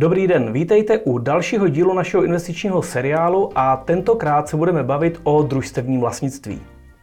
Dobrý den, vítejte u dalšího dílu našeho investičního seriálu a tentokrát se budeme bavit o družstevním vlastnictví.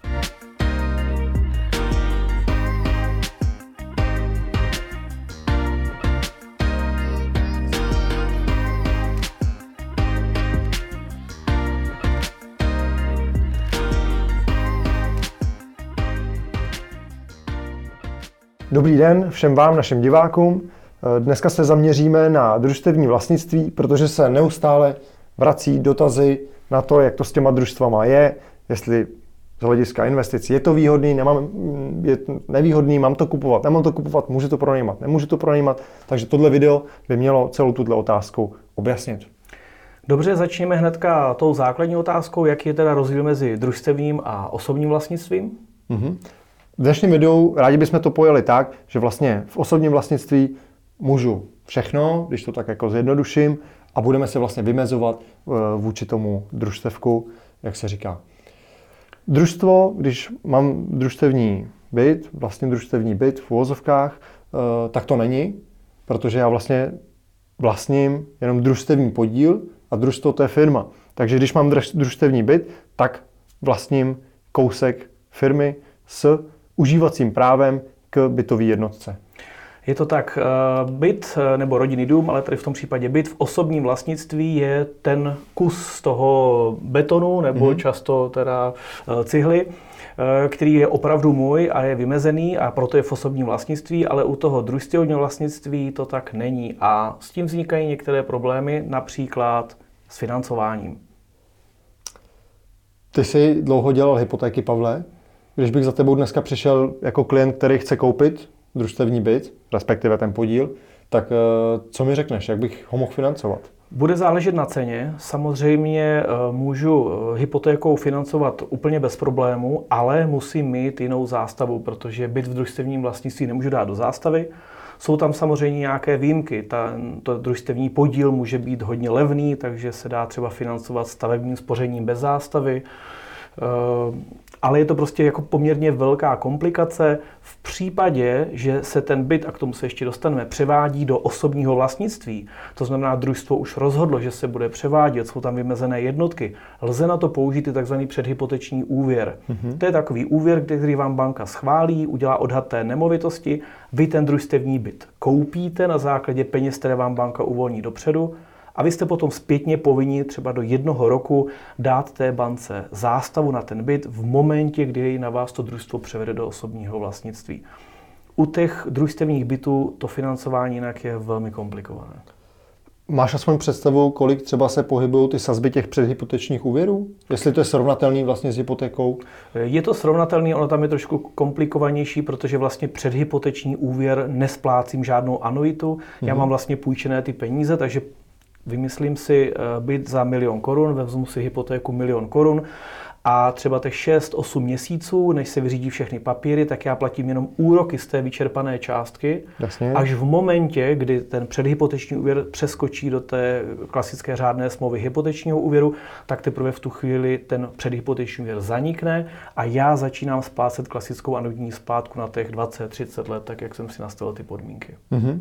Dobrý den všem vám, našim divákům. Dneska se zaměříme na družstevní vlastnictví, protože se neustále vrací dotazy na to, jak to s těma družstvama je, jestli z hlediska investic je to výhodný, je nevýhodný, mám to kupovat, nemám to kupovat, můžu to pronajímat, nemůžu to pronajímat. Takže tohle video by mělo celou tuto otázku objasnit. Dobře, začněme hnedka tou základní otázkou, jaký je teda rozdíl mezi družstevním a osobním vlastnictvím. V dnešním videu rádi bychom to pojali tak, že vlastně v osobním vlastnictví můžu všechno, když to tak jako zjednoduším, a budeme se vlastně vymezovat vůči tomu družstevku, jak se říká. Družstvo, když mám družstevní byt, vlastně družstevní byt v uvozovkách, tak to není, protože já vlastně vlastním jenom družstevní podíl a družstvo to je firma. Takže když mám družstevní byt, tak vlastním kousek firmy s užívacím právem k bytové jednotce. Je to tak, byt nebo rodinný dům, ale tady v tom případě byt v osobním vlastnictví je ten kus toho betonu nebo často teda cihly, který je opravdu můj a je vymezený a proto je v osobním vlastnictví, ale u toho družstevního vlastnictví to tak není a s tím vznikají některé problémy, například s financováním. Ty jsi dlouho dělal hypotéky, Pavle? Když bych za tebou dneska přišel jako klient, který chce koupit družstevní byt, respektive ten podíl, tak co mi řekneš, jak bych ho mohl financovat? Bude záležet na ceně. Samozřejmě můžu hypotékou financovat úplně bez problému, ale musím mít jinou zástavu, protože byt v družstevním vlastnictví nemůžu dát do zástavy. Jsou tam samozřejmě nějaké výjimky. To družstevní podíl může být hodně levný, takže se dá třeba financovat stavebním spořením bez zástavy. Ale je to prostě jako poměrně velká komplikace v případě, že se ten byt, a k tomu se ještě dostaneme, převádí do osobního vlastnictví. To znamená, družstvo už rozhodlo, že se bude převádět, jsou tam vymezené jednotky. Lze na to použít i tzv. Předhypoteční úvěr. To je takový úvěr, který vám banka schválí, udělá odhad té nemovitosti, vy ten družstevní byt koupíte na základě peněz, které vám banka uvolní dopředu, a vy jste potom zpětně povinni třeba do 1 roku dát té bance zástavu na ten byt v momentě, kdy na vás to družstvo převede do osobního vlastnictví. U těch družstevních bytů to financování jinak je velmi komplikované. Máš aspoň představu, kolik třeba se pohybují ty sazby těch předhypotečních úvěrů? Jestli to je srovnatelný vlastně s hypotékou? Je to srovnatelný, ono tam je trošku komplikovanější, protože vlastně předhypoteční úvěr nesplácím žádnou anuitu. Já mám vlastně půjčené ty peníze, takže vymyslím si byt za 1 000 000 korun, vezmu si hypotéku 1 000 000 korun a třeba těch 6-8 měsíců, než se vyřídí všechny papíry, tak já platím jenom úroky z té vyčerpané částky. Jasně. Až v momentě, kdy ten předhypoteční úvěr přeskočí do té klasické řádné smlouvy hypotečního úvěru, tak teprve v tu chvíli ten předhypoteční úvěr zanikne a já začínám splácet klasickou anuitní splátku na těch 20-30 let, tak jak jsem si nastavil ty podmínky.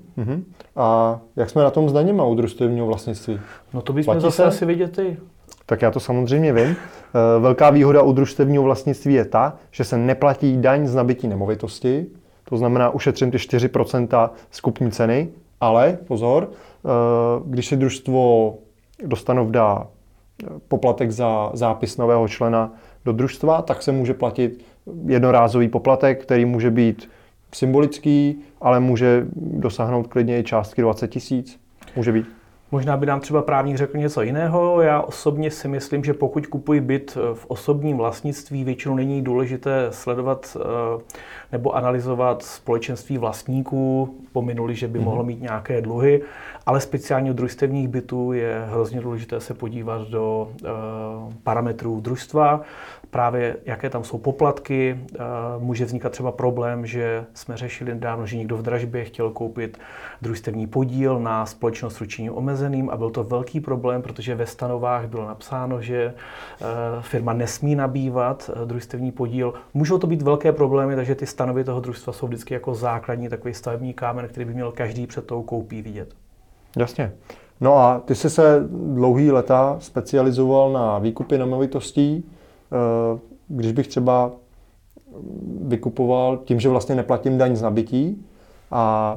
A jak jsme na tom s daněma u družstevního vlastnictví? No to bychom zase asi vidět ty. Tak já to samozřejmě vím. Velká výhoda u družstevního vlastnictví je ta, že se neplatí daň z nabytí nemovitosti, to znamená ušetřím ty 4% z kupní ceny, ale pozor, když si družstvo dá poplatek za zápis nového člena do družstva, tak se může platit jednorázový poplatek, který může být symbolický, ale může dosáhnout klidně i částky 20 000. Může být. Možná by nám třeba právník řekl něco jiného. Já osobně si myslím, že pokud kupuji byt v osobním vlastnictví, většinou není důležité sledovat nebo analyzovat společenství vlastníků, pominuli, že by mohlo mít nějaké dluhy, ale speciálně u družstevních bytů je hrozně důležité se podívat do parametrů družstva, právě jaké tam jsou poplatky. Může vznikat třeba problém, že jsme řešili nedávno, že někdo v dražbě chtěl koupit družstevní podíl na společnost s ručením omezeným a byl to velký problém, protože ve stanovách bylo napsáno, že firma nesmí nabývat družstevní podíl. Můžou to být velké problémy, takže ty stanovy toho družstva jsou vždycky jako základní takový stavební kámen, který by měl každý před tou koupí vidět. Jasně. No a ty jsi se dlouhý leta specializoval na výkupy nemovitostí. Když bych třeba vykupoval tím, že vlastně neplatím daň z nabytí a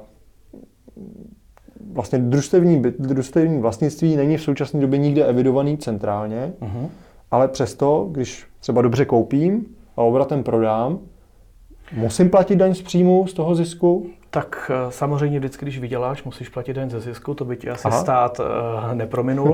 vlastně družstevní vlastnictví není v současné době nikde evidovaný centrálně, ale přesto, když třeba dobře koupím a obratem prodám, musím platit daň z příjmu z toho zisku? Tak samozřejmě vždycky, když vyděláš, musíš platit daň ze zisku, to by ti asi stát neprominul.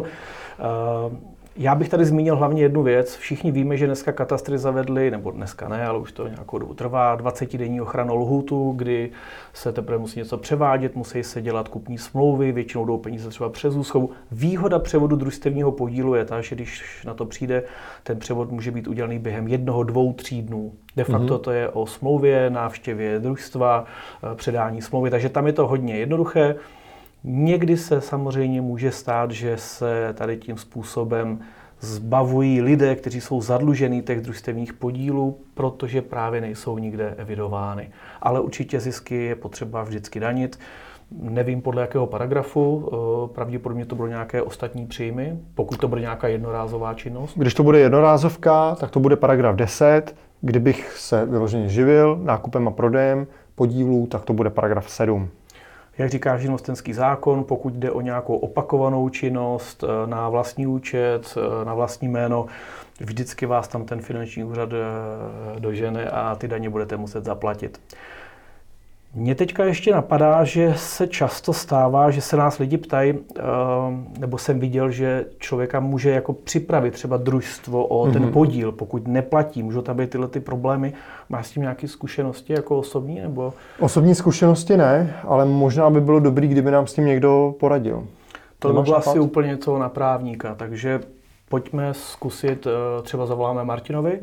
Já bych tady zmínil hlavně jednu věc. Všichni víme, že dneska katastry zavedly, nebo dneska ne, ale už to nějakou dobu trvá, 20denní ochrannou lhůtu, kdy se teprve musí něco převádět, musí se dělat kupní smlouvy, většinou jdou peníze třeba přes úschovu. Výhoda převodu družstevního podílu je ta, že když na to přijde, ten převod může být udělaný během 1, 2, 3 dnů. De facto to je o smlouvě, návštěvě družstva, předání smlouvy, takže tam je to hodně jednoduché. Někdy se samozřejmě může stát, že se tady tím způsobem zbavují lidé, kteří jsou zadlužení těch družstevních podílů, protože právě nejsou nikde evidovány. Ale určitě zisky je potřeba vždycky danit. Nevím podle jakého paragrafu, pravděpodobně to budou nějaké ostatní příjmy, pokud to bude nějaká jednorázová činnost. Když to bude jednorázovka, tak to bude paragraf 10. Kdybych se vyloženě živil nákupem a prodejem podílů, tak to bude paragraf 7. Jak říká živnostenský zákon, pokud jde o nějakou opakovanou činnost na vlastní účet, na vlastní jméno, vždycky vás tam ten finanční úřad dožene a ty daně budete muset zaplatit. Mně teďka ještě napadá, že se často stává, že se nás lidi ptají, nebo jsem viděl, že člověka může jako připravit třeba družstvo o ten podíl, pokud neplatí, můžou tam být tyhle ty problémy. Máš s tím nějaké zkušenosti jako osobní? Nebo? Osobní zkušenosti ne, ale možná by bylo dobrý, kdyby nám s tím někdo poradil. To by bylo asi úplně něco na právníka, takže pojďme zkusit, třeba zavoláme Martinovi.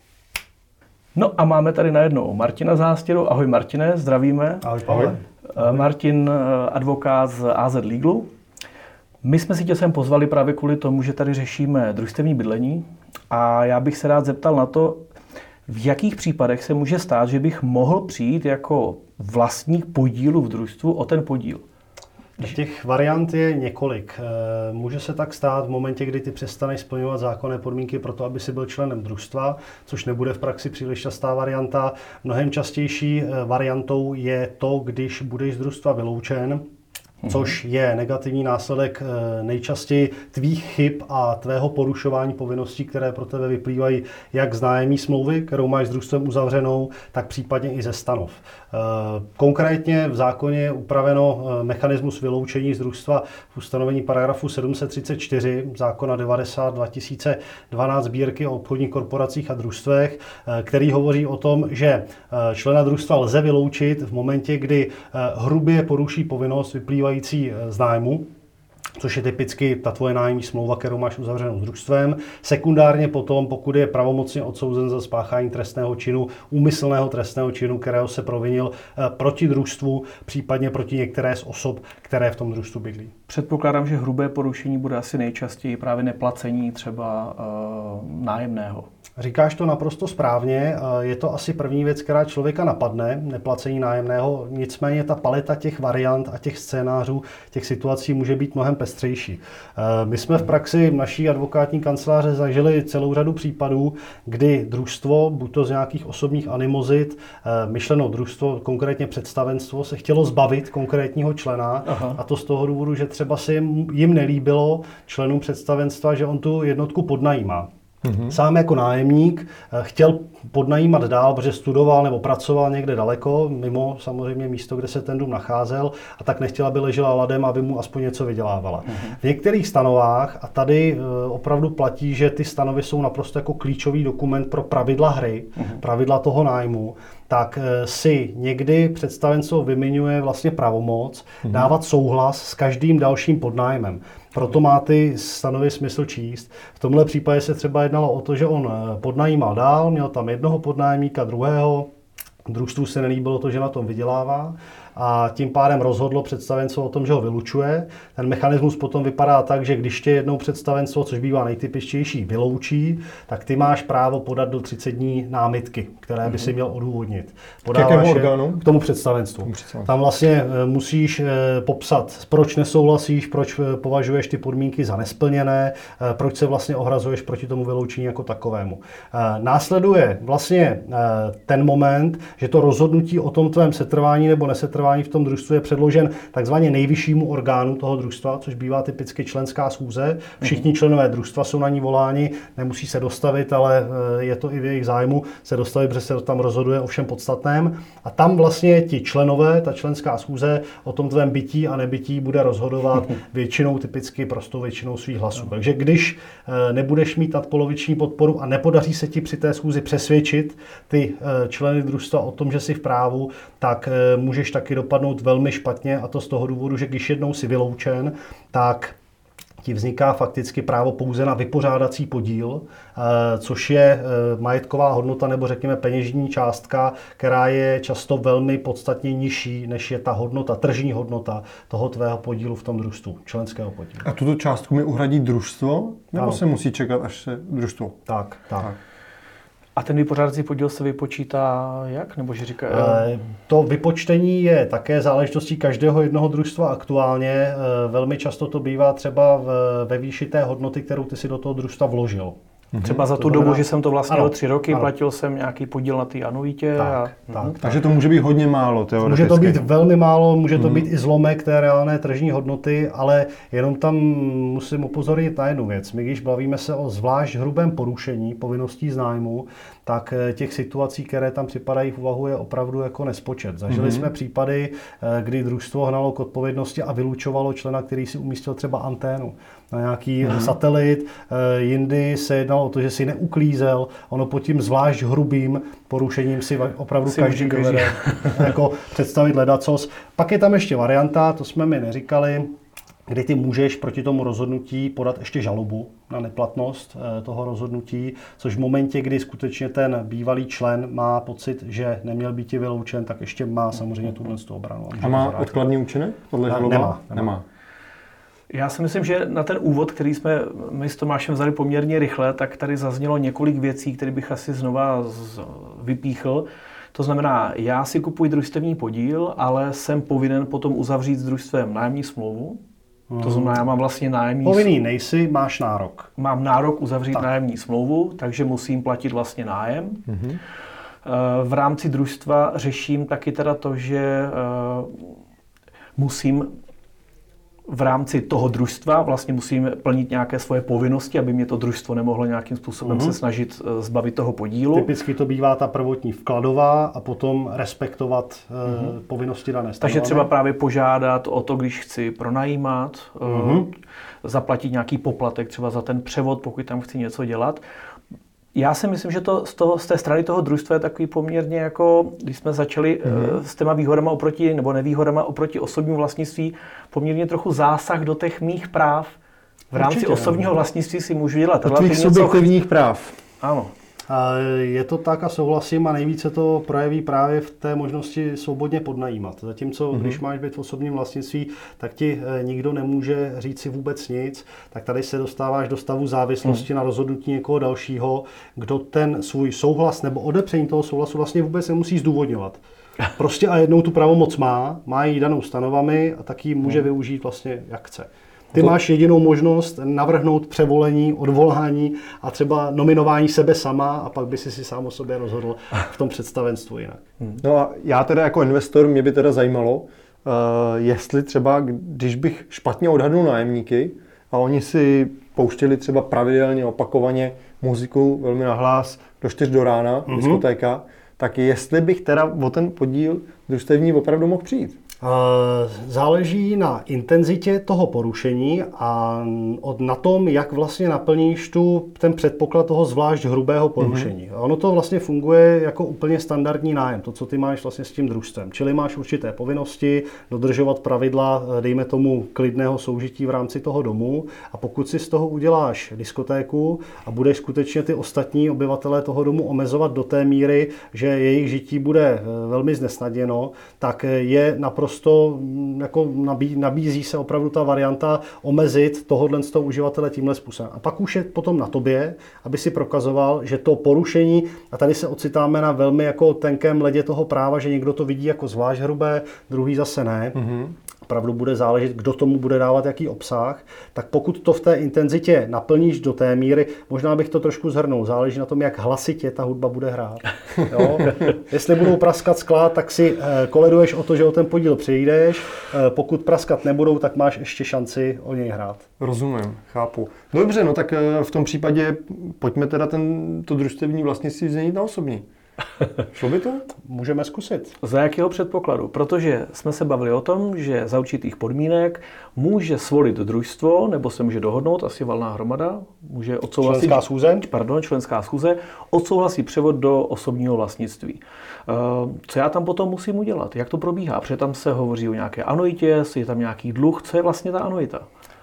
No a máme tady najednou Martina Zástěru. Ahoj Martine, zdravíme. Ahoj Pavle. Martin, advokát z AZ Legalu. My jsme si tě sem pozvali právě kvůli tomu, že tady řešíme družstevní bydlení a já bych se rád zeptal na to, v jakých případech se může stát, že bych mohl přijít jako vlastník podílu v družstvu o ten podíl. Těch variant je několik. Může se tak stát v momentě, kdy ty přestaneš splňovat zákonné podmínky pro to, aby si byl členem družstva, což nebude v praxi příliš častá varianta. Mnohem častější variantou je to, když budeš z družstva vyloučen, což je negativní následek nejčastěji tvých chyb a tvého porušování povinností, které pro tebe vyplývají jak z nájemní smlouvy, kterou máš s družstvem uzavřenou, tak případně i ze stanov. Konkrétně v zákoně je upraveno mechanismus vyloučení z družstva v ustanovení paragrafu 734 zákona 90/2012 sbírky o obchodních korporacích a družstvech, který hovoří o tom, že člena družstva lze vyloučit v momentě, kdy hrubě poruší povinnost vyplývající z nájmu, což je typicky ta tvoje nájemní smlouva, kterou máš uzavřenou s družstvem. Sekundárně potom, pokud je pravomocně odsouzen za spáchání trestného činu, úmyslného trestného činu, kterého se provinil proti družstvu, případně proti některé z osob, které v tom družstvu bydlí. Předpokládám, že hrubé porušení bude asi nejčastěji právě neplacení třeba nájemného. Říkáš to naprosto správně, je to asi první věc, která člověka napadne, neplacení nájemného, nicméně ta paleta těch variant a těch scénářů, těch situací může být mnohem pestřejší. My jsme v praxi naší advokátní kanceláře zažili celou řadu případů, kdy družstvo, buď to z nějakých osobních animozit, myšleno družstvo, konkrétně představenstvo, se chtělo zbavit konkrétního člena. Aha. A to z toho důvodu, že třeba se jim nelíbilo členům představenstva, že on tu jednotku podnajímá. Sám jako nájemník chtěl podnajímat dál, protože studoval nebo pracoval někde daleko, mimo samozřejmě místo, kde se ten dům nacházel, a tak nechtěl, aby ležela ladem, aby mu aspoň něco vydělávala. V některých stanovách, a tady opravdu platí, že ty stanovy jsou naprosto jako klíčový dokument pro pravidla hry, pravidla toho nájmu, tak si někdy představenstvo vyměňuje vlastně pravomoc dávat souhlas s každým dalším podnájmem. Proto má ty stanovy smysl číst. V tomhle případě se třeba jednalo o to, že on podnajímal dál, měl tam jednoho podnájemníka, druhého, družstvu se nelíbilo to, že na tom vydělává, a tím pádem rozhodlo představenstvo o tom, že ho vylučuje. Ten mechanismus potom vypadá tak, že když tě jednou představenstvo, což bývá nejtypičtější, vyloučí, tak ty máš právo podat do 30 dní námitky, které by si měl odůvodnit. K orgánu? K tomu představenstvu. Tam vlastně musíš popsat, proč nesouhlasíš, proč považuješ ty podmínky za nesplněné, proč se vlastně ohrazuješ proti tomu vyloučení jako takovému. Následuje vlastně ten moment, že to rozhodnutí o tom tvém setrvání nebo nesetrvání v tom družstvu je předložen takzvaně nejvyššímu orgánu toho družstva, což bývá typicky členská schůze. Všichni členové družstva jsou na ní voláni, nemusí se dostavit, ale je to i v jejich zájmu se dostavit, protože se tam rozhoduje o všem podstatném. A tam vlastně ti členové, ta členská schůze o tom tvém bytí a nebytí bude rozhodovat většinou, typicky prostou většinou svých hlasů. Takže když nebudeš mít nadpoloviční podporu a nepodaří se ti při té schůzi přesvědčit ty členy družstva o tom, že jsi v právu, tak můžeš taky dopadnout velmi špatně, a to z toho důvodu, že když jednou jsi vyloučen, tak ti vzniká fakticky právo pouze na vypořádací podíl, což je majetková hodnota nebo řekněme peněžní částka, která je často velmi podstatně nižší, než je ta hodnota, tržní hodnota toho tvého podílu v tom družstvu, členského podílu. A tuto částku mi uhradí družstvo, nebo se musí čekat, až se družstvo? Tak. A ten vypořádací podíl se vypočítá jak? Nebo že říká... To vypočtení je také záležitostí každého jednoho družstva aktuálně. Velmi často to bývá třeba ve výši té hodnoty, kterou ty si do toho družstva vložil. Třeba za tu dobu, že jsem to vlastnil 3 roky, platil jsem nějaký podíl na té anuitě. Tak. Takže to může být hodně málo teoreticky. Může to být velmi málo, může to být i zlomek té reálné tržní hodnoty, ale jenom tam musím upozornit na jednu věc. My když bavíme se o zvlášť hrubém porušení povinností z nájmu, tak těch situací, které tam připadají v úvahu, je opravdu jako nespočet. Zažili jsme případy, kdy družstvo hnalo k odpovědnosti a vylučovalo člena, který si umístil třeba anténu na nějaký satelit. Jindy se jednalo o to, že si neuklízel. Ono pod tím zvlášť hrubým porušením si opravdu každý dovede jako představit ledacos. Pak je tam ještě varianta, to jsme mi neříkali, kdy ty můžeš proti tomu rozhodnutí podat ještě žalobu na neplatnost toho rozhodnutí, což v momentě, kdy skutečně ten bývalý člen má pocit, že neměl být vyloučen, tak ještě má samozřejmě tuhle obranu. A má odkladný účinek? Nemá. Já si myslím, že na ten úvod, který jsme my s Tomášem vzali poměrně rychle, tak tady zaznělo několik věcí, které bych asi znova vypíchl. To znamená, já si kupuji družstevní podíl, ale jsem povinen potom uzavřít s družstvem nájemní smlouvu. To znamená, já mám vlastně nájemní... Povinný nejsi, máš nárok. Mám nárok uzavřít nájemní smlouvu, takže musím platit vlastně nájem. V rámci družstva řeším taky teda to, že musím v rámci toho družstva vlastně musím plnit nějaké svoje povinnosti, aby mě to družstvo nemohlo nějakým způsobem se snažit zbavit toho podílu. Typicky to bývá ta prvotní vkladová a potom respektovat povinnosti dané strany. Takže třeba právě požádat o to, když chci pronajímat, zaplatit nějaký poplatek třeba za ten převod, pokud tam chci něco dělat. Já si myslím, že to z té strany toho družstva je takový poměrně jako, když jsme začali s těma výhodama oproti, nebo nevýhodama oproti osobnímu vlastnictví, poměrně trochu zásah do těch mých práv. V rámci osobního vlastnictví si můžu dělat. Do tvých subjektivních práv. Ano. Je to tak a souhlasím a nejvíce to projeví právě v té možnosti svobodně podnajímat. Zatímco, když máš být v osobním vlastnictví, tak ti nikdo nemůže říct si vůbec nic, tak tady se dostáváš do stavu závislosti na rozhodnutí někoho dalšího, kdo ten svůj souhlas nebo odepření toho souhlasu vlastně vůbec nemusí zdůvodňovat. Prostě a jednou tu pravomoc má ji danou stanovami a tak ji může využít vlastně jak chce. Ty máš jedinou možnost navrhnout převolení, odvolání a třeba nominování sebe sama a pak by si sám o sobě rozhodl v tom představenstvu jinak. No a já teda jako investor, mě by teda zajímalo, jestli třeba, když bych špatně odhadnul nájemníky a oni si pouštěli třeba pravidelně, opakovaně muziku velmi nahlas do 4 do rána, diskotéka, tak jestli bych teda o ten podíl družstevní opravdu mohl přijít. Záleží na intenzitě toho porušení a na tom, jak vlastně naplníš ten předpoklad toho zvlášť hrubého porušení. Ono to vlastně funguje jako úplně standardní nájem, to, co ty máš vlastně s tím družstvem. Čili máš určité povinnosti, dodržovat pravidla, dejme tomu, klidného soužití v rámci toho domu a pokud si z toho uděláš diskotéku a budeš skutečně ty ostatní obyvatelé toho domu omezovat do té míry, že jejich žití bude velmi znesnadněno, tak je naprosto naprosto jako nabízí se opravdu ta varianta omezit tohohle z toho uživatele tímhle způsobem. A pak už je potom na tobě, aby si prokazoval, že to porušení, a tady se ocitáme na velmi jako tenkém ledě toho práva, že někdo to vidí jako zvlášť hrubé, druhý zase ne. Opravdu bude záležet, kdo tomu bude dávat jaký obsah, tak pokud to v té intenzitě naplníš do té míry, možná bych to trošku zhrnul, záleží na tom, jak hlasitě ta hudba bude hrát. Jo? Jestli budou praskat skla, tak si koleduješ o to, že o ten podíl přijdeš, pokud praskat nebudou, tak máš ještě šanci o něj hrát. Rozumím, chápu. No dobře, no tak v tom případě pojďme teda to družstevní vlastnictví změnit na osobní. Šlo by to? Můžeme zkusit. Za jakého předpokladu? Protože jsme se bavili o tom, že za určitých podmínek může svolit družstvo, nebo se může dohodnout, asi valná hromada, může odsouhlasit... Členská schůze, odsouhlasí převod do osobního vlastnictví. Co já tam potom musím udělat? Jak to probíhá? Protože tam se hovoří o nějaké anuitě, je tam nějaký dluh, co je vlastně ta anuita?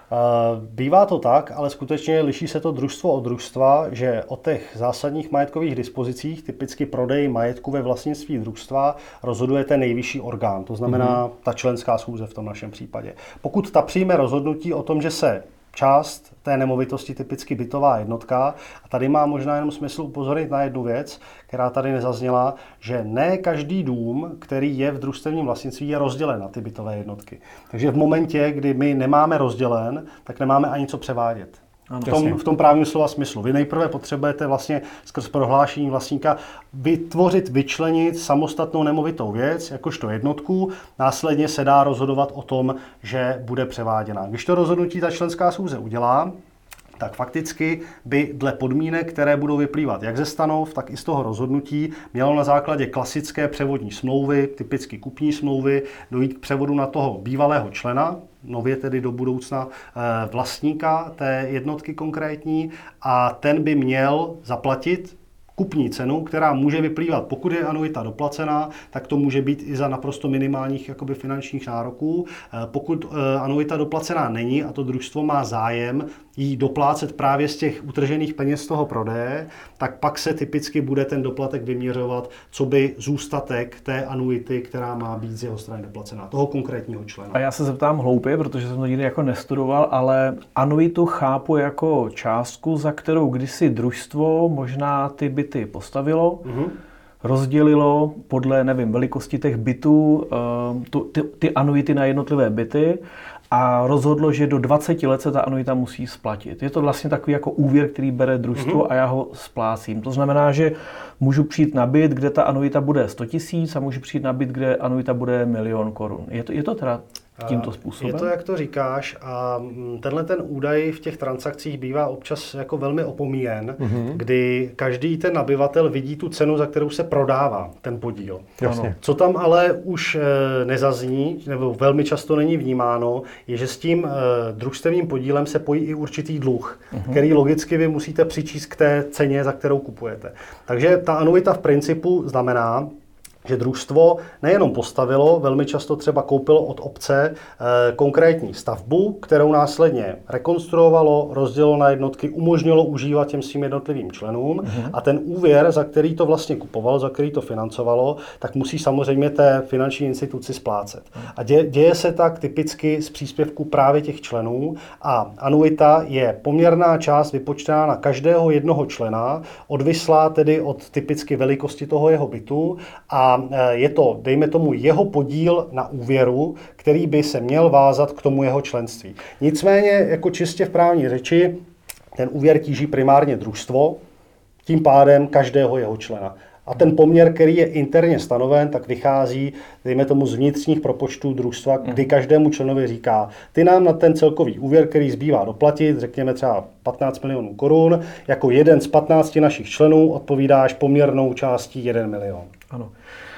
Bývá to tak, ale skutečně liší se to družstvo od družstva, že o těch zásadních majetkových dispozicích, typicky prodej majetku ve vlastnictví družstva, rozhoduje ten nejvyšší orgán, to znamená ta členská schůze v tom našem případě. Pokud ta přijme rozhodnutí o tom, že se část té nemovitosti, typicky bytová jednotka, a tady má možná jenom smysl upozornit na jednu věc, která tady nezazněla, že ne každý dům, který je v družstevním vlastnictví, je rozdělen na ty bytové jednotky. Takže v momentě, kdy my nemáme rozdělen, tak nemáme ani co převádět. V tom právním slova smyslu. Vy nejprve potřebujete vlastně skrz prohlášení vlastníka vyčlenit samostatnou nemovitou věc, jakožto jednotku, následně se dá rozhodovat o tom, že bude převáděna. Když to rozhodnutí ta členská schůze udělá, tak fakticky by dle podmínek, které budou vyplývat jak ze stanov, tak i z toho rozhodnutí, mělo na základě klasické převodní smlouvy, typicky kupní smlouvy, dojít k převodu na toho bývalého člena, nově tedy do budoucna vlastníka té jednotky konkrétní, a ten by měl zaplatit kupní cenu, která může vyplývat, pokud je anuita doplacená, tak to může být i za naprosto minimálních jakoby finančních nároků. Pokud anuita doplacená není a to družstvo má zájem jí doplácet právě z těch utržených peněz z toho prodeje, tak pak se typicky bude ten doplatek vyměřovat, co by zůstatek té anuity, která má být z jeho strany doplacená, toho konkrétního člena. A já se zeptám hloupě, protože jsem to nikdy jako nestudoval, ale anuitu chápu jako částku, za kterou kdysi družstvo možná ty byty postavilo, rozdělilo podle, nevím, velikosti těch bytů ty anuity na jednotlivé byty a rozhodlo, že do 20 let se ta anuita musí splatit. Je to vlastně takový jako úvěr, který bere družstvo a já ho splácím. To znamená, že můžu přijít na byt, kde ta anuita bude 100 000 a můžu přijít na byt, kde anuita bude 1 000 000 korun. Je to teda tímto způsobem? Je to, jak to říkáš, a tenhle ten údaj v těch transakcích bývá občas jako velmi opomíjen, kdy každý ten nabyvatel vidí tu cenu, za kterou se prodává ten podíl. Jasně. Co tam ale už nezazní, nebo velmi často není vnímáno, je, že s tím družstevním podílem se pojí i určitý dluh, který logicky vy musíte přičíst k té ceně, za kterou kupujete. Takže ta anuita v principu znamená, že družstvo nejenom postavilo, velmi často třeba koupilo od obce konkrétní stavbu, kterou následně rekonstruovalo, rozdělilo na jednotky, umožnilo užívat těm svým jednotlivým členům a ten úvěr, za který to vlastně kupovalo, za který to financovalo, tak musí samozřejmě té finanční instituci splácet. A děje se tak typicky z příspěvku právě těch členů a anuita je poměrná část vypočtená na každého jednoho člena, odvislá tedy od typicky velikosti toho jeho bytu a je to, dejme tomu, jeho podíl na úvěru, který by se měl vázat k tomu jeho členství. Nicméně, jako čistě v právní řeči, ten úvěr tíží primárně družstvo, tím pádem každého jeho člena. A ten poměr, který je interně stanoven, tak vychází, dejme tomu, z vnitřních propočtů družstva, kdy každému členovi říká, ty nám na ten celkový úvěr, který zbývá doplatit, řekněme třeba 15 milionů korun, jako jeden z 15 našich členů odpovídáš poměrnou částí 1 milion. Ano.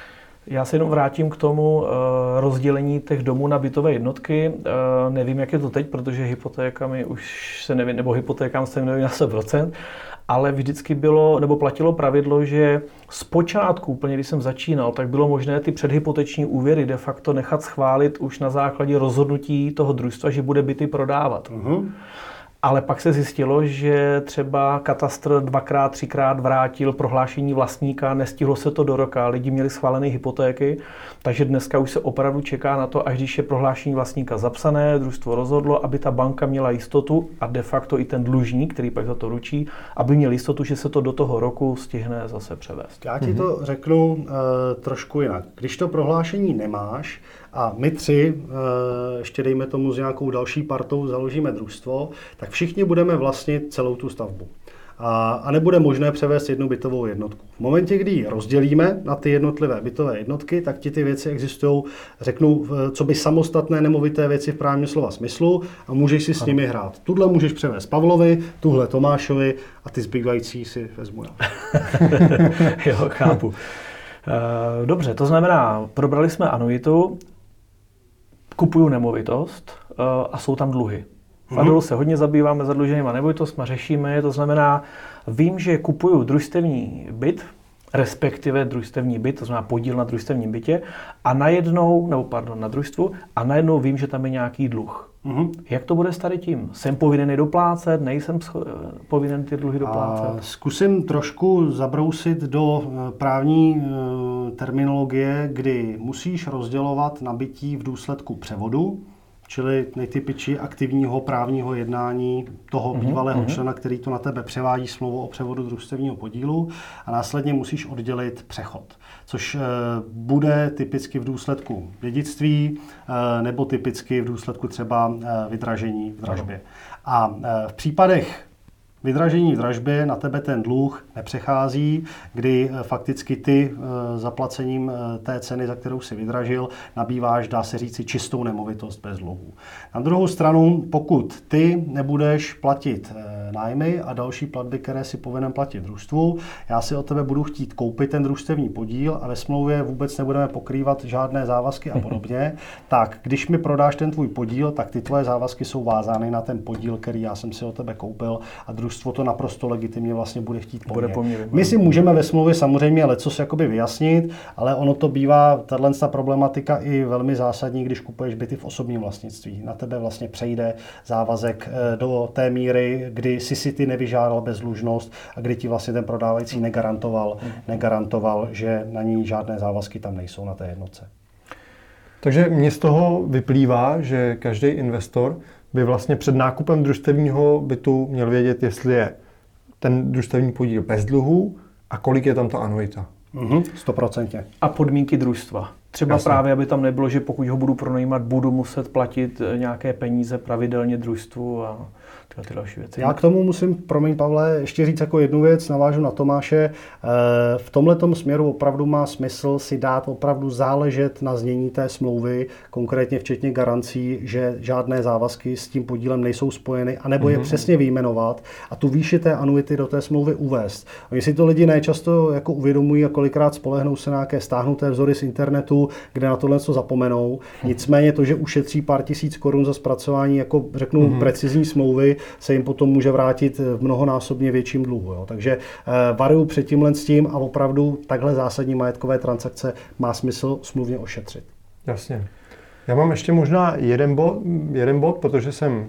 Já se jenom vrátím k tomu rozdělení těch domů na bytové jednotky. Nevím, jak je to teď, protože hypotékami už se nevím, nebo hypotékám se nevím na 100%, ale vždycky bylo, nebo platilo pravidlo, že zpočátku, úplně když jsem začínal, tak bylo možné ty předhypoteční úvěry de facto nechat schválit už na základě rozhodnutí toho družstva, že bude byty prodávat. Ale pak se zjistilo, že třeba katastr 2x, 3x vrátil prohlášení vlastníka, nestihlo se to do roka, lidi měli schválené hypotéky, takže dneska už se opravdu čeká na to, až když je prohlášení vlastníka zapsané, družstvo rozhodlo, aby ta banka měla jistotu a de facto i ten dlužník, který pak za to ručí, aby měl jistotu, že se to do toho roku stihne zase převést. Já ti to řeknu trošku jinak. Když to prohlášení nemáš a my tři, ještě dejme tomu s nějakou další partou, založíme družstvo, tak všichni budeme vlastnit celou tu stavbu. A nebude možné převést jednu bytovou jednotku. V momentě, kdy ji rozdělíme na ty jednotlivé bytové jednotky, tak ty věci existují, řeknu, co by samostatné nemovité věci v právním slova smyslu a můžeš si s nimi hrát. Tuhle můžeš převést Pavlovi, tuhle Tomášovi a ty zbývající si vezmu já. Jo, chápu. Dobře, to znamená, probrali jsme anuitu, kupuju nemovitost a jsou tam dluhy. V Adolu se hodně zabýváme zadluženýma nemovitostma, řešíme je, to znamená, vím, že kupuju družstevní byt, respektive družstevní byt, to znamená podíl na družstevním bytě, a na družstvu, a najednou vím, že tam je nějaký dluh. Jak to bude s tady tím? Jsem povinen je doplácet, nejsem povinen ty dluhy doplácet? Zkusím trošku zabrousit do právní terminologie, kdy musíš rozdělovat nabytí v důsledku převodu, čili nejtypičtěji aktivního právního jednání toho bývalého člena, který to na tebe převádí smlouvu o převodu družstevního podílu, a následně musíš oddělit přechod, což bude typicky v důsledku dědictví nebo typicky v důsledku třeba vydražení v dražbě. A v případech vydražení v dražbě na tebe ten dluh nepřechází, kdy fakticky ty zaplacením té ceny, za kterou si vydražil, nabýváš, dá se říci, čistou nemovitost bez dluhů. Na druhou stranu, pokud ty nebudeš platit nájmy a další platby, které si povinen platit družstvu, já si od tebe budu chtít koupit ten družstevní podíl a ve smlouvě vůbec nebudeme pokrývat žádné závazky a podobně, tak když mi prodáš ten tvůj podíl, tak ty tvoje závazky jsou vázány na ten podíl, který já jsem si od tebe koupil, a družstvo to naprosto legitimně vlastně bude chtít po mně. My si můžeme ve smlouvě samozřejmě lecos jakoby vyjasnit, ale ono to bývá, tato problematika i velmi zásadní, když kupuješ byty v osobním vlastnictví. Na tebe vlastně přejde závazek do té míry, kdy si ty nevyžádal bezdlužnost a kdy ti vlastně ten prodávající negarantoval, že na ní žádné závazky tam nejsou na té jednotce. Takže mně z toho vyplývá, že každý investor by vlastně před nákupem družstevního bytu měl vědět, jestli je ten družstevní podíl bez dluhů a kolik je tam ta anuita. 100%. A podmínky družstva. Třeba Jasně. právě, aby tam nebylo, že pokud ho budu pronajímat, budu muset platit nějaké peníze pravidelně družstvu a ty další věci. Já k tomu musím, promiň Pavle, ještě říct jako jednu věc, navážu na Tomáše. V tomhletom směru opravdu má smysl si dát opravdu záležet na znění té smlouvy, konkrétně včetně garancí, že žádné závazky s tím podílem nejsou spojeny, anebo je přesně vyjmenovat a tu výši té anuity do té smlouvy uvést. Oni si to lidi nečasto jako uvědomují a kolikrát spolehnou se na nějaké stáhnuté vzory z internetu, kde na tohle co zapomenou. Nicméně to, že ušetří pár tisíc korun za zpracování, jako řeknu, precizní smlouvy, se jim potom může vrátit v mnohonásobně větším dluhu. Jo. Takže varuju před tímhle s tím a opravdu takhle zásadní majetkové transakce má smysl smluvně ošetřit. Jasně. Já mám ještě možná jeden bod, protože jsem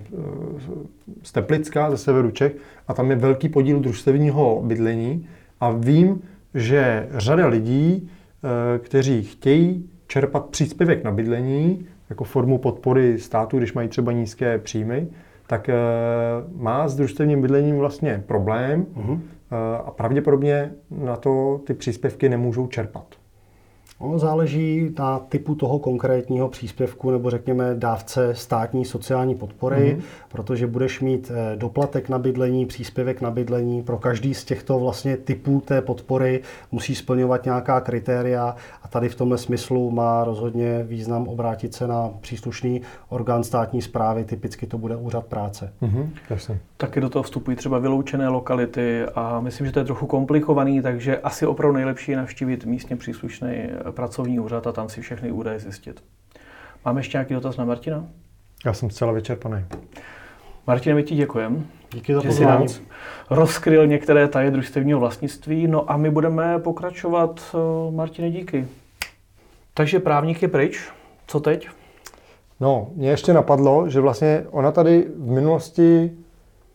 z Teplicka, ze severu Čech, a tam je velký podíl družstevního bydlení a vím, že řada lidí, kteří chtějí čerpat příspěvek na bydlení jako formu podpory státu, když mají třeba nízké příjmy, tak má s družstevním bydlením vlastně problém a pravděpodobně na to ty příspěvky nemůžou čerpat. Ono záleží na typu toho konkrétního příspěvku nebo řekněme dávce státní sociální podpory, protože budeš mít doplatek na bydlení, příspěvek na bydlení. Pro každý z těchto vlastně typů té podpory musí splňovat nějaká kritéria a tady v tomhle smyslu má rozhodně význam obrátit se na příslušný orgán státní správy, typicky to bude úřad práce. Jasně. Taky do toho vstupují třeba vyloučené lokality a myslím, že to je trochu komplikovaný, takže asi opravdu nejlepší je navštívit místně příslušný pracovní úřad a tam si všechny údaje zjistit. Máme ještě nějaký dotaz na Martina? Já jsem zcela vyčerpaný. Martine, my ti děkujeme. Díky za že jsi pozvání. nám rozkryl některé taje družstevního vlastnictví. No a my budeme pokračovat. Martine, díky. Takže právník je pryč. Co teď? No, mě ještě napadlo, že vlastně ona tady v minulosti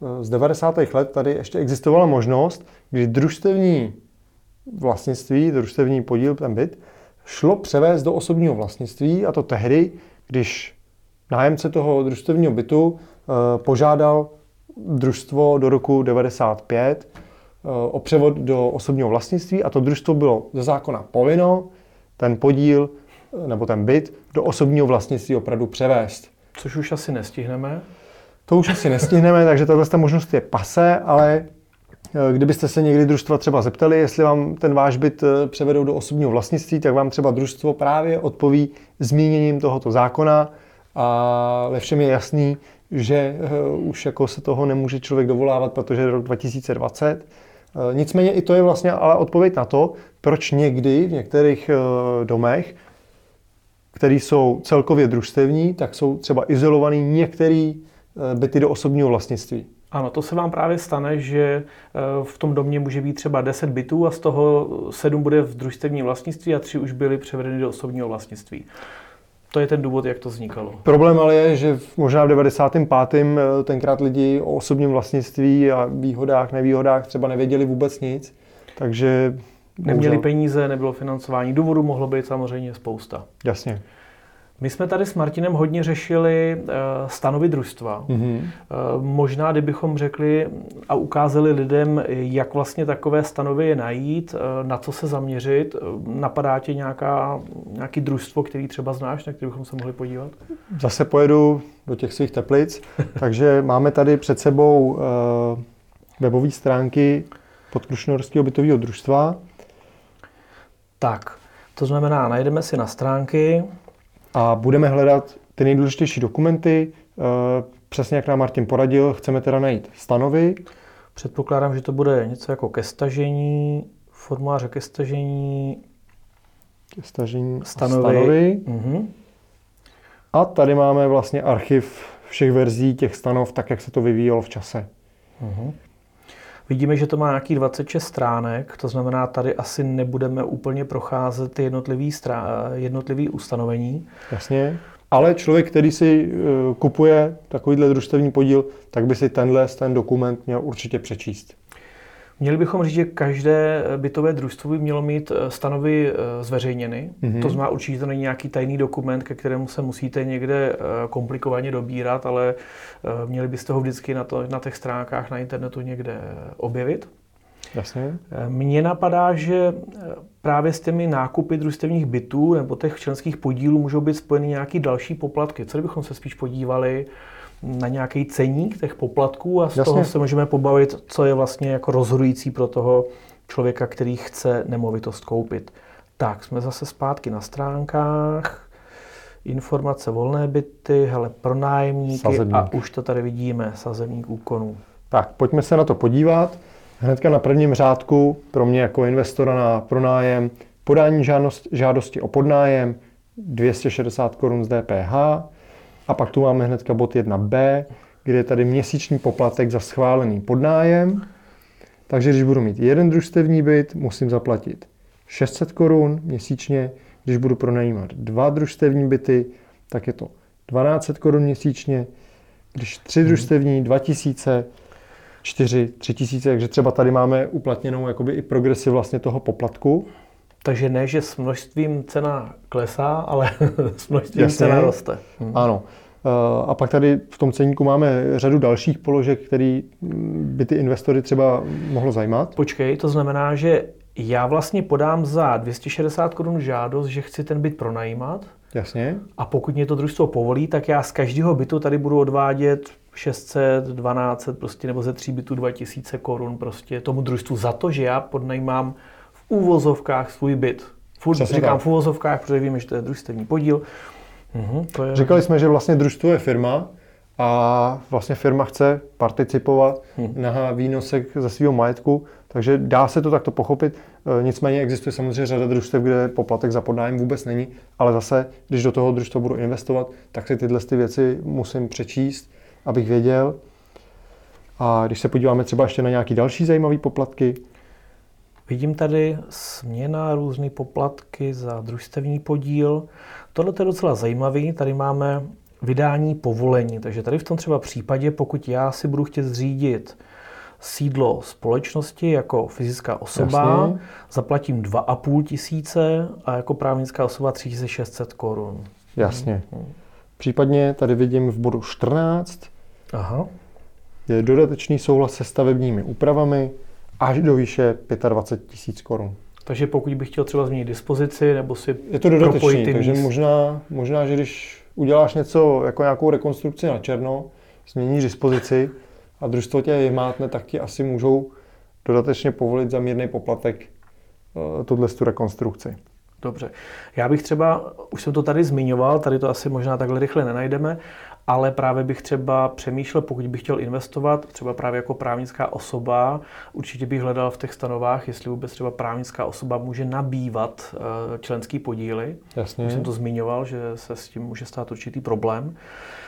z 90. let tady ještě existovala možnost, kdy družstevní vlastnictví, družstevní podíl, ten byt, šlo převést do osobního vlastnictví, a to tehdy, když nájemce toho družstevního bytu požádal družstvo do roku 95 o převod do osobního vlastnictví, a to družstvo bylo ze zákona povinno ten podíl nebo ten byt do osobního vlastnictví opravdu převést. Což už asi nestihneme. To už asi nestihneme, takže tato možnost je pase, ale kdybyste se někdy družstva třeba zeptali, jestli vám ten váš byt převedou do osobního vlastnictví, tak vám třeba družstvo právě odpoví zmíněním tohoto zákona, ale všem je jasný, že už jako se toho nemůže člověk dovolávat, protože je rok 2020. Nicméně i to je vlastně ale odpověď na to, proč někdy v některých domech, které jsou celkově družstevní, tak jsou třeba izolovaný některé byty do osobního vlastnictví. Ano, to se vám právě stane, že v tom domě může být třeba 10 bytů a z toho 7 bude v družstevním vlastnictví a 3 už byly převedeny do osobního vlastnictví. To je ten důvod, jak to vznikalo. Problém ale je, že možná v 95. tenkrát lidi o osobním vlastnictví a výhodách, nevýhodách třeba nevěděli vůbec nic, takže... Neměli peníze, nebylo financování. Důvodů mohlo být samozřejmě spousta. Jasně. My jsme tady s Martinem hodně řešili stanovy družstva. Mm-hmm. Možná, kdybychom řekli a ukázali lidem, jak vlastně takové stanovy je najít, na co se zaměřit, napadá tě nějaký družstvo, který třeba znáš, na který bychom se mohli podívat? Zase pojedu do těch svých Teplic, takže máme tady před sebou webové stránky Podkrušnohorského bytového družstva. Tak, to znamená, najdeme si na stránky a budeme hledat ty nejdůležitější dokumenty. Přesně jak nám Martin poradil, chceme teda najít stanovy. Předpokládám, že to bude něco jako ke stažení, formuláře ke stažení, stanovy. Mm-hmm. A tady máme vlastně archiv všech verzí těch stanov, tak jak se to vyvíjelo v čase. Mm-hmm. Vidíme, že to má nějakých 26 stránek, to znamená, tady asi nebudeme úplně procházet ty jednotlivý ustanovení. Jasně, ale člověk, který si kupuje takovýhle družstevní podíl, tak by si ten dokument měl určitě přečíst. Měli bychom říct, že každé bytové družstvo by mělo mít stanovy zveřejněny. Mm-hmm. To znamená, určitě to není nějaký tajný dokument, ke kterému se musíte někde komplikovaně dobírat, ale měli byste ho vždycky na těch stránkách na internetu někde objevit. Jasně. Mně napadá, že právě s těmi nákupy družstevních bytů nebo těch členských podílů můžou být spojeny nějaké další poplatky. Co kdybychom se spíš podívali na nějaký ceník těch poplatků a z toho se můžeme pobavit, co je vlastně jako rozhodující pro toho člověka, který chce nemovitost koupit. Tak, jsme zase zpátky na stránkách. Informace volné byty, pronájemníky sazebník. A už to tady vidíme, sazebník úkonů. Tak, pojďme se na to podívat. Hnedka na prvním řádku pro mě jako investora na pronájem podání žádosti o podnájem 260 korun z DPH. A pak tu máme hnedka bod 1b, kde je tady měsíční poplatek za schválený podnájem. Takže když budu mít jeden družstevní byt, musím zaplatit 600 korun měsíčně. Když budu pronajímat 2 družstevní byty, tak je to 1200 korun měsíčně. Když 3 družstevní, 2000, 4, 3000, takže třeba tady máme uplatněnou jakoby i progresi vlastně toho poplatku. Takže ne, že s množstvím cena klesá, ale s množstvím cena roste. Ano. A pak tady v tom ceníku máme řadu dalších položek, které by ty investory třeba mohlo zajímat. Počkej, to znamená, že já vlastně podám za 260 korun žádost, že chci ten byt pronajímat. Jasně. A pokud mě to družstvo povolí, tak já z každého bytu tady budu odvádět 600, 1200 prostě, nebo ze 3 bytů 2000 korun prostě tomu družstvu za to, že já podnajímám v úvozovkách svůj byt. Říkám v úvozovkách, protože víme, že to je družstevní podíl. Říkali jsme, že vlastně družstvo je firma a vlastně firma chce participovat na výnosech ze svého majetku, takže dá se to takto pochopit. Nicméně existuje samozřejmě řada družstev, kde poplatek za podnájem vůbec není, ale zase, když do toho družstva budu investovat, tak si tyhle věci musím přečíst, abych věděl. A když se podíváme třeba ještě na nějaké další zajímavé poplatky. Vidím tady směna, různé poplatky za družstevní podíl. Tohle je docela zajímavý. Tady máme vydání povolení. Takže tady v tom třeba případě, pokud já si budu chtět zřídit sídlo společnosti jako fyzická osoba, Jasně. zaplatím 2,5 tisíce a jako právnická osoba 3600 korun. Jasně. Případně tady vidím v bodu 14, Aha. je dodatečný souhlas se stavebními úpravami až do výše 25 tisíc korun. Takže pokud bych chtěl třeba změnit dispozici nebo si Je to propojit dodatečný, ty takže místa. možná, že když uděláš něco jako nějakou rekonstrukci na černo, změníš dispozici a družstvo tě vymátne, tak ti asi můžou dodatečně povolit za mírný poplatek tuhle rekonstrukci. Dobře. Já bych třeba, už jsem to tady zmiňoval, tady to asi možná takhle rychle nenajdeme, ale právě bych třeba přemýšlel, pokud bych chtěl investovat, třeba právě jako právnická osoba, určitě bych hledal v těch stanovách, jestli vůbec třeba právnická osoba může nabývat členský podíly. Jasně. Už jsem to zmiňoval, že se s tím může stát určitý problém.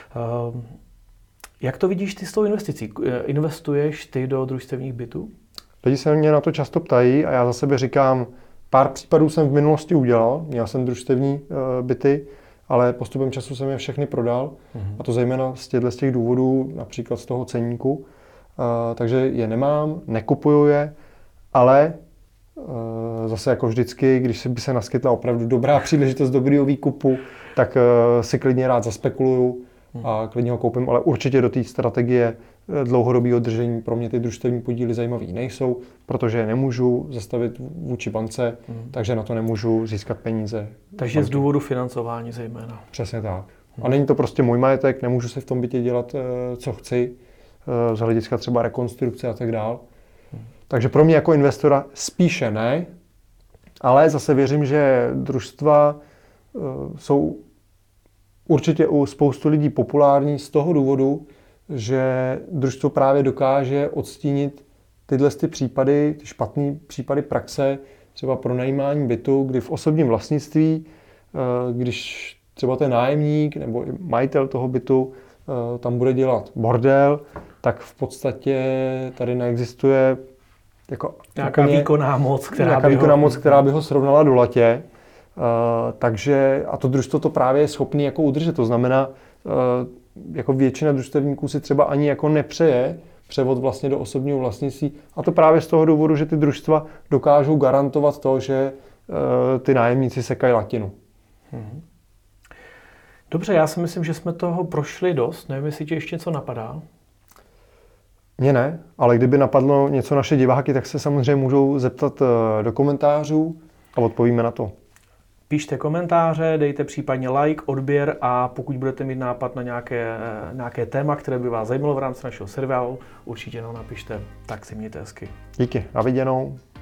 Jak to vidíš ty s tou investicí? Investuješ ty do družstevních bytů? Lidi se mě na to často ptají a já za sebe říkám, pár případů jsem v minulosti udělal, měl jsem družstevní byty, ale postupem času jsem je všechny prodal, a to zejména z těch důvodů, například z toho ceníku. Takže je nemám, nekupuju je, ale zase jako vždycky, když by se naskytla opravdu dobrá příležitost dobrýho výkupu, tak si klidně rád zaspekuluju a klidně ho koupím, ale určitě do té strategie dlouhodobého držení pro mě ty družstevní podíly zajímavý nejsou, protože je nemůžu zastavit vůči bance, takže na to nemůžu získat peníze. Takže z důvodu financování zejména. Přesně tak. A není to prostě můj majetek, nemůžu si v tom bytě dělat, co chci, z hlediska třeba rekonstrukce a tak dál. Takže pro mě jako investora spíše ne, ale zase věřím, že družstva jsou určitě u spoustu lidí populární z toho důvodu, že družstvo právě dokáže odstínit tyhle případy, ty špatné případy praxe, třeba pronajímání bytu, kdy v osobním vlastnictví, když třeba ten nájemník nebo i majitel toho bytu tam bude dělat bordel, tak v podstatě tady neexistuje jako nějaká výkonná moc, která by ho srovnala do latě. Takže a to družstvo to právě je schopný jako udržet. To znamená, jako většina družstevníků si třeba ani jako nepřeje převod vlastně do osobního vlastnictví. A to právě z toho důvodu, že ty družstva dokážou garantovat to, že ty nájemníci sekají latinu. Dobře, já si myslím, že jsme toho prošli dost. Nevím, jestli tě ještě něco napadá. Mně ne, ale kdyby napadlo něco naše diváky, tak se samozřejmě můžou zeptat do komentářů a odpovíme na to. Pište komentáře, dejte případně like, odběr a pokud budete mít nápad na nějaké téma, které by vás zajímalo v rámci našeho seriálu, určitě nám napište. Tak si mějte hezky. Díky, na viděnou.